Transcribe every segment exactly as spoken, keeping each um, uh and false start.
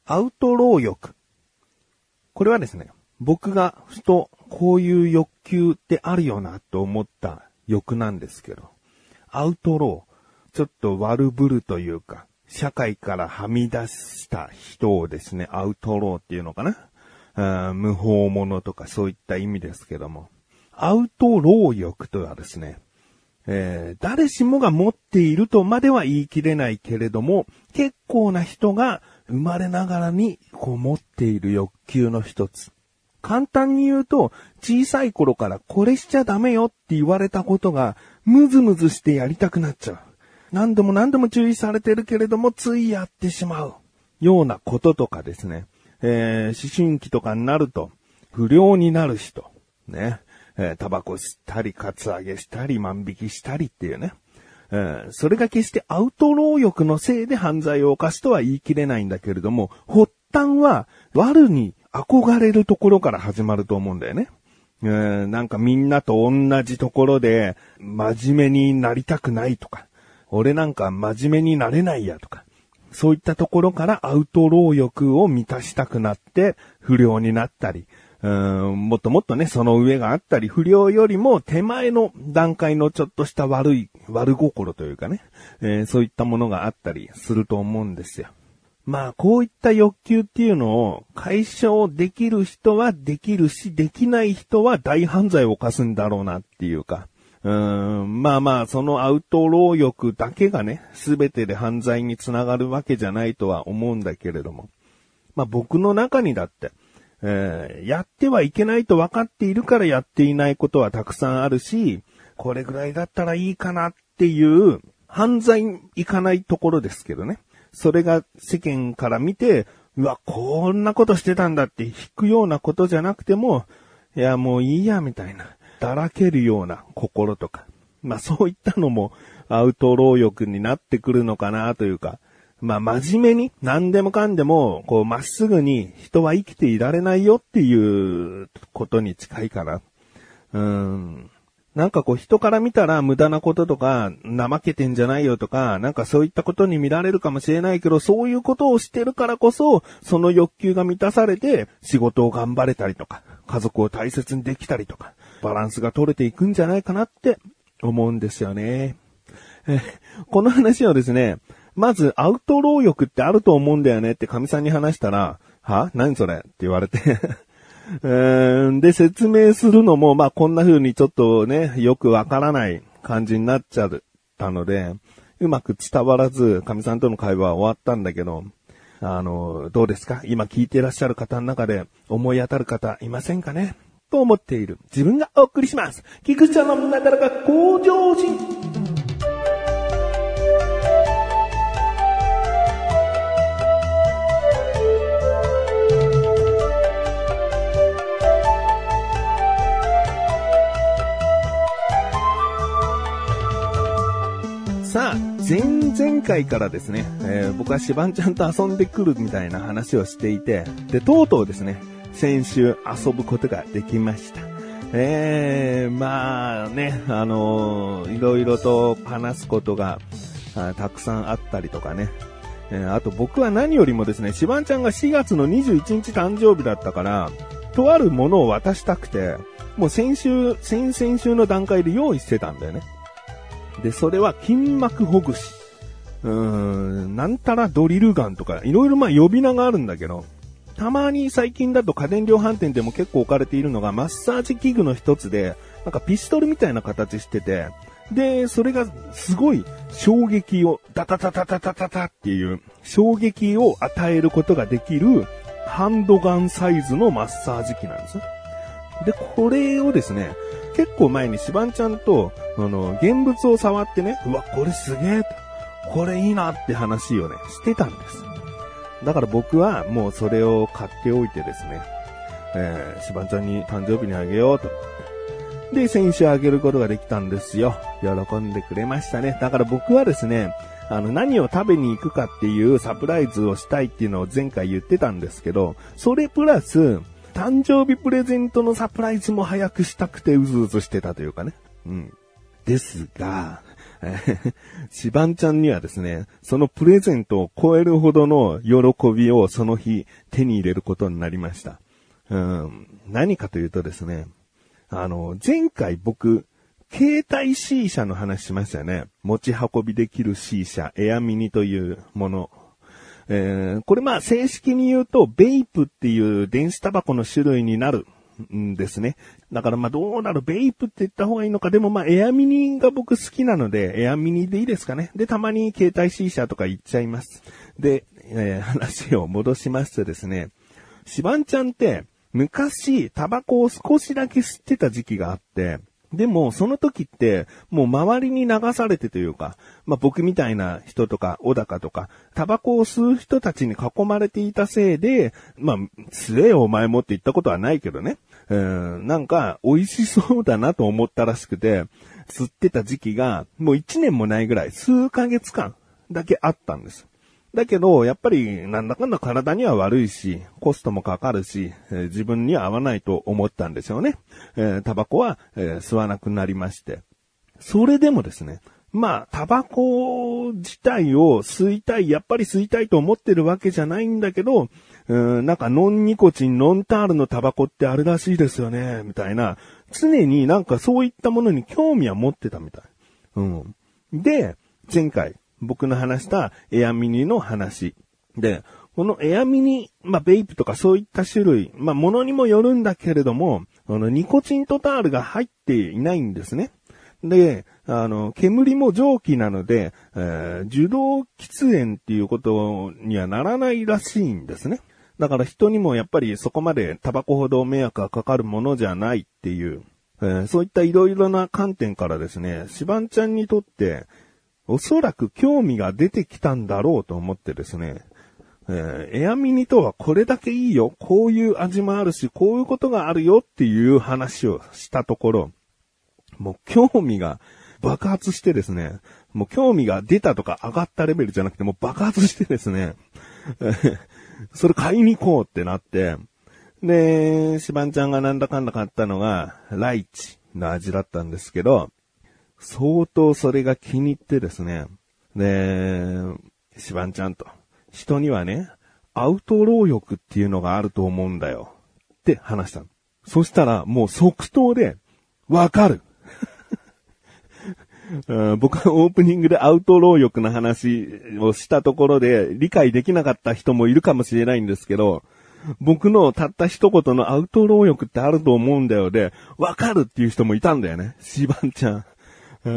アウトロー欲。これはですね、僕がふとこういう欲求ってあるよなと思った欲なんですけど、アウトロー、ちょっと悪ぶるというか、社会からはみ出した人をですね、アウトローっていうのかな、あ無法者とかそういった意味ですけども、アウトロー欲とはですね、えー、誰しもが持っているとまでは言い切れないけれども、結構な人が生まれながらにこう持っている欲求の一つ。簡単に言うと、小さい頃からこれしちゃダメよって言われたことがムズムズしてやりたくなっちゃう。何度も何度も注意されてるけれどもついやってしまうようなこととかですね。えー、思春期とかになると不良になる人。ね。えー、タバコ吸ったり、カツアゲしたり、万引きしたりっていうね。えー、それが決してアウトロー欲のせいで犯罪を犯すとは言い切れないんだけれども、発端は悪に憧れるところから始まると思うんだよね。えー、なんかみんなと同じところで真面目になりたくないとか、俺なんか真面目になれないやとか、そういったところからアウトロー欲を満たしたくなって不良になったり、うーんもっともっとね、その上があったり、不良よりも手前の段階のちょっとした悪い、悪心というかね、えー、そういったものがあったりすると思うんですよ。まあ、こういった欲求っていうのを解消できる人はできるし、できない人は大犯罪を犯すんだろうなっていうか、うーんまあまあ、そのアウトロー欲だけがね、すべてで犯罪につながるわけじゃないとは思うんだけれども、まあ僕の中にだって、えー、やってはいけないと分かっているからやっていないことはたくさんあるし、これぐらいだったらいいかなっていう犯罪にいかないところですけどね。それが世間から見て、うわ、こんなことしてたんだって引くようなことじゃなくても、いやもういいやみたいな、だらけるような心とか、まあそういったのもアウトロー欲になってくるのかなというか、まあ真面目に何でもかんでもこうまっすぐに人は生きていられないよっていうことに近いかな。うーん。なんかこう人から見たら無駄なこととか怠けてんじゃないよとかなんかそういったことに見られるかもしれないけどそういうことをしてるからこそその欲求が満たされて仕事を頑張れたりとか家族を大切にできたりとかバランスが取れていくんじゃないかなって思うんですよね。えこの話をですねまず、アウトロー欲ってあると思うんだよねって神さんに話したら、は？何それって言われて。えー、で、説明するのも、まあ、こんな風にちょっとね、よくわからない感じになっちゃったので、うまく伝わらず、神さんとの会話は終わったんだけど、あの、どうですか？今聞いていらっしゃる方の中で思い当たる方いませんかね？と思っている自分がお送りします。菊池ちゃんのなだらか向上心。さあ、前々回からですね、えー、僕はシバンちゃんと遊んでくるみたいな話をしていて、で、とうとうですね、先週遊ぶことができました。えー、まあね、あのー、いろいろと話すことがたくさんあったりとかね、えー、あと僕は何よりもですね、シバンちゃんがしがつのにじゅういちにち誕生日だったから、とあるものを渡したくて、もう先週、先々週の段階で用意してたんだよね。で、それは筋膜ほぐし。うーん、なんたらドリルガンとか、いろいろまあ呼び名があるんだけど、たまに最近だと家電量販店でも結構置かれているのがマッサージ器具の一つで、なんかピストルみたいな形してて、で、それがすごい衝撃を、ダタタタタタタタっていう衝撃を与えることができるハンドガンサイズのマッサージ機なんです。で、これをですね、結構前にシバンちゃんと、あの、現物を触ってね、うわ、これすげえ、これいいなって話をね、してたんです。だから僕はもうそれを買っておいてですね、えー、シバンちゃんに誕生日にあげようと。で、先週あげることができたんですよ。喜んでくれましたね。だから僕はですね、あの、何を食べに行くかっていうサプライズをしたいっていうのを前回言ってたんですけど、それプラス、誕生日プレゼントのサプライズも早くしたくてうずうずしてたというかね。うん。ですが、 シバンちゃんにはですね、そのプレゼントを超えるほどの喜びをその日手に入れることになりました。うん、何かというとですね、あの、前回僕、携帯 C 社の話しましたよね。持ち運びできる C 社、エアミニというもの。えー、これまあ正式に言うと、ベイプっていう電子タバコの種類になるんですね。だからまあどうなる、ベイプって言った方がいいのか。でもまあエアミニが僕好きなので、エアミニでいいですかね。で、たまに携帯 C 社とか言っちゃいます。で、えー、話を戻しますとですね、シバンちゃんって昔タバコを少しだけ吸ってた時期があって、でも、その時って、もう周りに流されてというか、まあ僕みたいな人とか、小高とか、タバコを吸う人たちに囲まれていたせいで、まあ、吸えよお前もって言ったことはないけどね。うん、なんか、美味しそうだなと思ったらしくて、吸ってた時期が、もう一年もないぐらい、数ヶ月間だけあったんです。だけど、やっぱり、なんだかんだ体には悪いし、コストもかかるし、えー、自分には合わないと思ったんでしょうね。えー、タバコは、えー、吸わなくなりまして。それでもですね、まあ、タバコ自体を吸いたい、やっぱり吸いたいと思ってるわけじゃないんだけど、うーん、なんかノンニコチン、ノンタールのタバコってあるらしいですよね、みたいな、常になんかそういったものに興味は持ってたみたい。うん。で、前回、僕の話したエアミニの話。で、このエアミニ、まあ、ベイプとかそういった種類、まあ、ものにもよるんだけれども、あの、ニコチンとタールが入っていないんですね。で、あの、煙も蒸気なので、えー、受動喫煙っていうことにはならないらしいんですね。だから人にもやっぱりそこまでタバコほど迷惑がかかるものじゃないっていう、えー、そういったいろいろな観点からですね、シバンちゃんにとって、おそらく興味が出てきたんだろうと思ってですね、えー、エアミニとはこれだけいいよ、こういう味もあるし、こういうことがあるよっていう話をしたところ、もう興味が爆発してですね、もう興味が出たとか上がったレベルじゃなくてもう爆発してですね、それ買いに行こうってなって、で、シバンちゃんがなんだかんだ買ったのが、ライチの味だったんですけど、相当それが気に入ってですね。で、シバンちゃんと。人にはね、アウトロー欲っていうのがあると思うんだよ。って話したの。そしたらもう即答で、わかる、うん。僕はオープニングでアウトロー欲の話をしたところで理解できなかった人もいるかもしれないんですけど、僕のたった一言のアウトロー欲ってあると思うんだよで、わかるっていう人もいたんだよね。シバンちゃん。うん、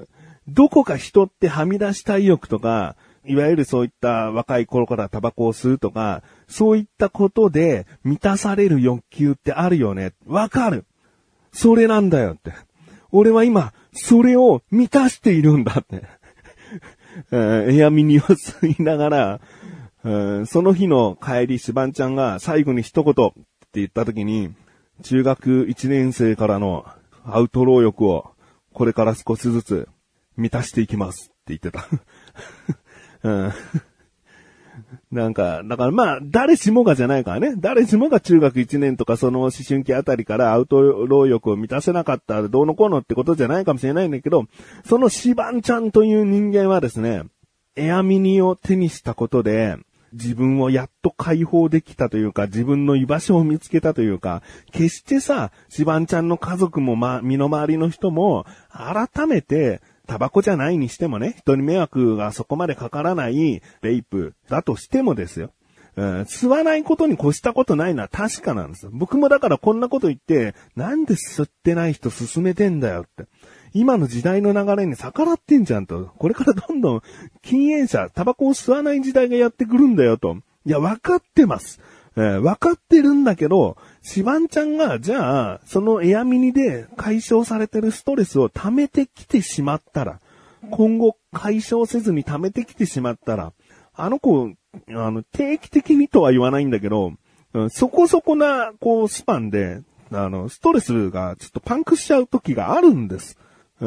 どこか人ってはみ出したい欲とか、いわゆるそういった若い頃からタバコを吸うとか、そういったことで満たされる欲求ってあるよね。わかる。それなんだよって。俺は今、それを満たしているんだって。エアミニを吸いながら、その日の帰り、シバンちゃんが最後に一言って言った時に、中学いちねん生からのアウトロー欲をこれから少しずつ満たしていきますって言ってた。うん、なんか、だからまあ、誰しもがじゃないからね。誰しもが中学いちねんとかその思春期あたりからアウトロー欲を満たせなかったどうのこうのってことじゃないかもしれないんだけど、そのシバンちゃんという人間はですね、エアミニを手にしたことで、自分をやっと解放できたというか、自分の居場所を見つけたというか、決してさ、シバンちゃんの家族もま、身の回りの人も、改めて、タバコじゃないにしてもね、人に迷惑がそこまでかからないベイプだとしてもですよ。うん、吸わないことに越したことないのは確かなんですよ。僕もだからこんなこと言って、なんで吸ってない人勧めてんだよって。今の時代の流れに逆らってんじゃんと。これからどんどん禁煙者、タバコを吸わない時代がやってくるんだよと。いや、分かってます。えー、分かってるんだけど、シバンちゃんが、じゃあ、そのエアミニで解消されてるストレスを溜めてきてしまったら、今後解消せずに溜めてきてしまったら、あの子、あの、定期的にとは言わないんだけど、うん、そこそこな、こう、スパンで、あの、ストレスがちょっとパンクしちゃう時があるんです。うん、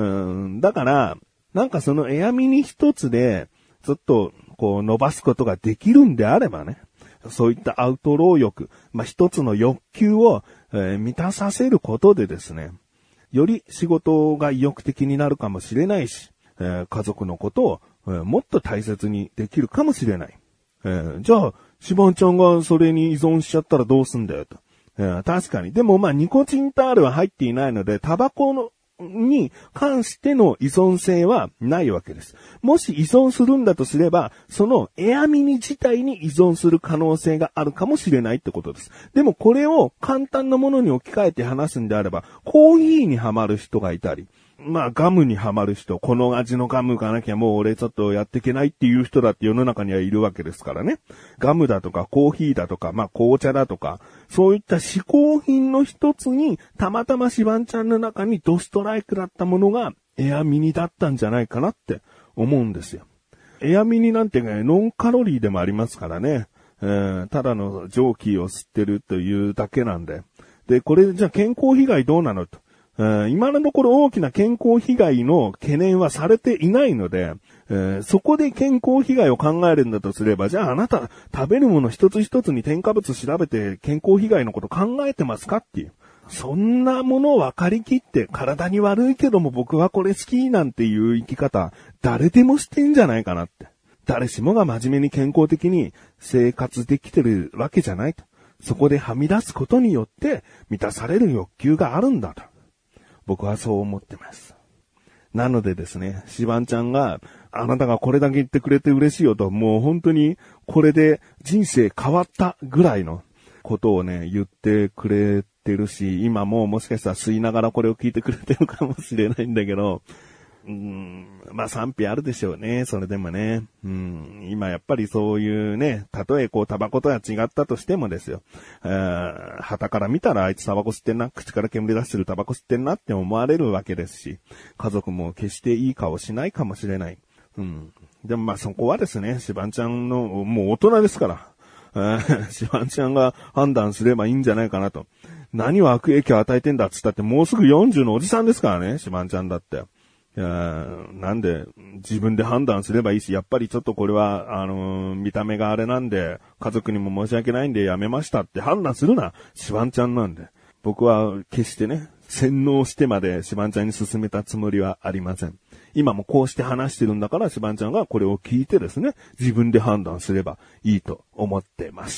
だから、なんかそのエアミニ一つで、ずっと、こう、伸ばすことができるんであればね、そういったアウトロー欲、まあ、一つの欲求を、えー、満たさせることでですね、より仕事が意欲的になるかもしれないし、 えー、家族のことを、えー、もっと大切にできるかもしれない。えー、じゃあ、シバンちゃんがそれに依存しちゃったらどうすんだよと。えー、確かに。でもまあニコチンタールは入っていないので、タバコのに関しての依存性はないわけです。もし依存するんだとすれば、そのエアミニ自体に依存する可能性があるかもしれないってことです。でもこれを簡単なものに置き換えて話すんであれば、コーヒーにハマる人がいたり、まあガムにハマる人、この味のガムがなきゃもう俺ちょっとやっていけないっていう人だって世の中にはいるわけですからね。ガムだとかコーヒーだとか、まあ紅茶だとか、そういった嗜好品の一つにたまたまシバンちゃんの中にドストライクだったものがエアミニだったんじゃないかなって思うんですよ。エアミニなんてね、ノンカロリーでもありますからね。えー、ただの蒸気を吸ってるというだけなんで。で、これじゃあ健康被害どうなのと。今のところ大きな健康被害の懸念はされていないので、えー、そこで健康被害を考えるんだとすれば、じゃああなた食べるもの一つ一つに添加物調べて健康被害のこと考えてますかっていう。そんなものを分かりきって体に悪いけども僕はこれ好きなんていう生き方、誰でもしてんじゃないかなって。誰しもが真面目に健康的に生活できてるわけじゃないと。そこではみ出すことによって満たされる欲求があるんだと。僕はそう思ってます。なのでですね、シバンちゃんが、あなたがこれだけ言ってくれて嬉しいよと、もう本当にこれで人生変わったぐらいのことをね、言ってくれてるし、今ももしかしたら吸いながらこれを聞いてくれてるかもしれないんだけど、うーん、まあ賛否あるでしょうね、それでもね。うん、今やっぱりそういうね、たとえこうタバコとは違ったとしてもですよ。旗から見たらあいつタバコ吸ってんな、口から煙出してるタバコ吸ってんなって思われるわけですし、家族も決していい顔しないかもしれない。うん。でもまあそこはですね、シバンちゃんの、もう大人ですから、シバンちゃんが判断すればいいんじゃないかなと。何を悪影響を与えてんだっつったってもうすぐよんじゅうのおじさんですからね、シバンちゃんだって。いやなんで自分で判断すればいいし、やっぱりちょっとこれはあのー、見た目があれなんで家族にも申し訳ないんでやめましたって判断するな、シバンちゃんなんで。僕は決してね、洗脳してまでシバンちゃんに勧めたつもりはありません。今もこうして話してるんだからシバンちゃんがこれを聞いてですね、自分で判断すればいいと思ってます。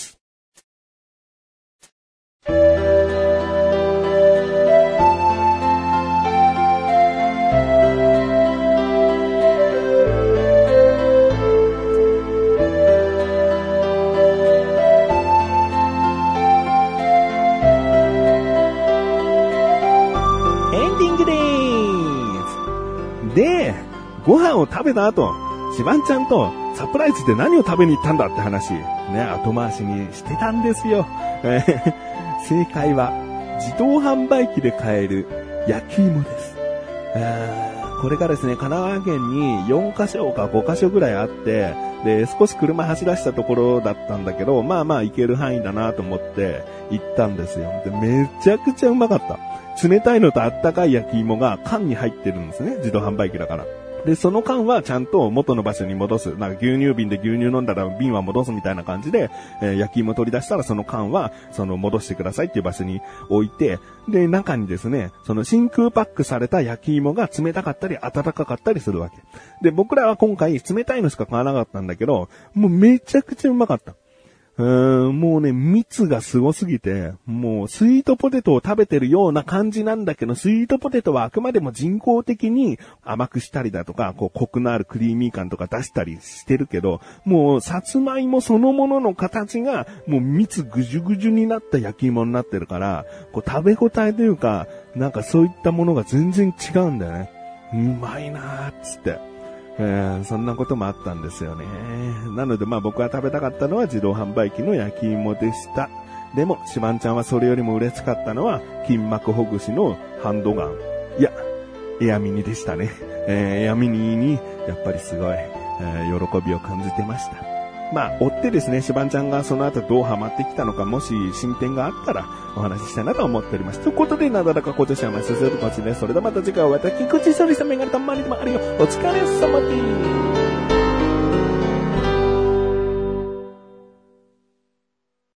で、ご飯を食べた後、シバンちゃんとサプライズで何を食べに行ったんだって話、ね、後回しにしてたんですよ。正解は、自動販売機で買える焼き芋です。これがですね、神奈川県によんカ所かごカ所ぐらいあって、で、少し車走らしたところだったんだけど、まあまあ行ける範囲だなと思って行ったんですよ。で、めちゃくちゃうまかった。冷たいのとあったかい焼き芋が缶に入ってるんですね。自動販売機だから。で、その缶はちゃんと元の場所に戻す。なんか牛乳瓶で牛乳飲んだら瓶は戻すみたいな感じで、えー、焼き芋取り出したらその缶はその戻してくださいっていう場所に置いて、で、中にですね、その真空パックされた焼き芋が冷たかったり温かかったりするわけ。で、僕らは今回冷たいのしか買わなかったんだけど、もうめちゃくちゃうまかった。うーん、もうね、蜜がすごすぎて、もうスイートポテトを食べてるような感じなんだけど、スイートポテトはあくまでも人工的に甘くしたりだとか、こうコクのあるクリーミー感とか出したりしてるけど、もうさつまいもそのものの形がもう蜜ぐじゅぐじゅになった焼き芋になってるから、こう食べ応えというか、なんかそういったものが全然違うんだよね。うまいなーっつって。えー、そんなこともあったんですよね。なのでまあ僕が食べたかったのは自動販売機の焼き芋でした。でも、シバンちゃんはそれよりも嬉しかったのは筋膜ほぐしのハンドガン。いや、エアミニでしたね。えー、エアミニにやっぱりすごい、えー、喜びを感じてました。まあ、追ってですね、シバンちゃんがその後どうハマってきたのか、もし進展があったらお話ししたいなと思っております。ということで、なだらか今年はますするこちです。それではまた次回お会いいたい。菊池処理さんメガネたまにでもあるよ。お疲れ様です。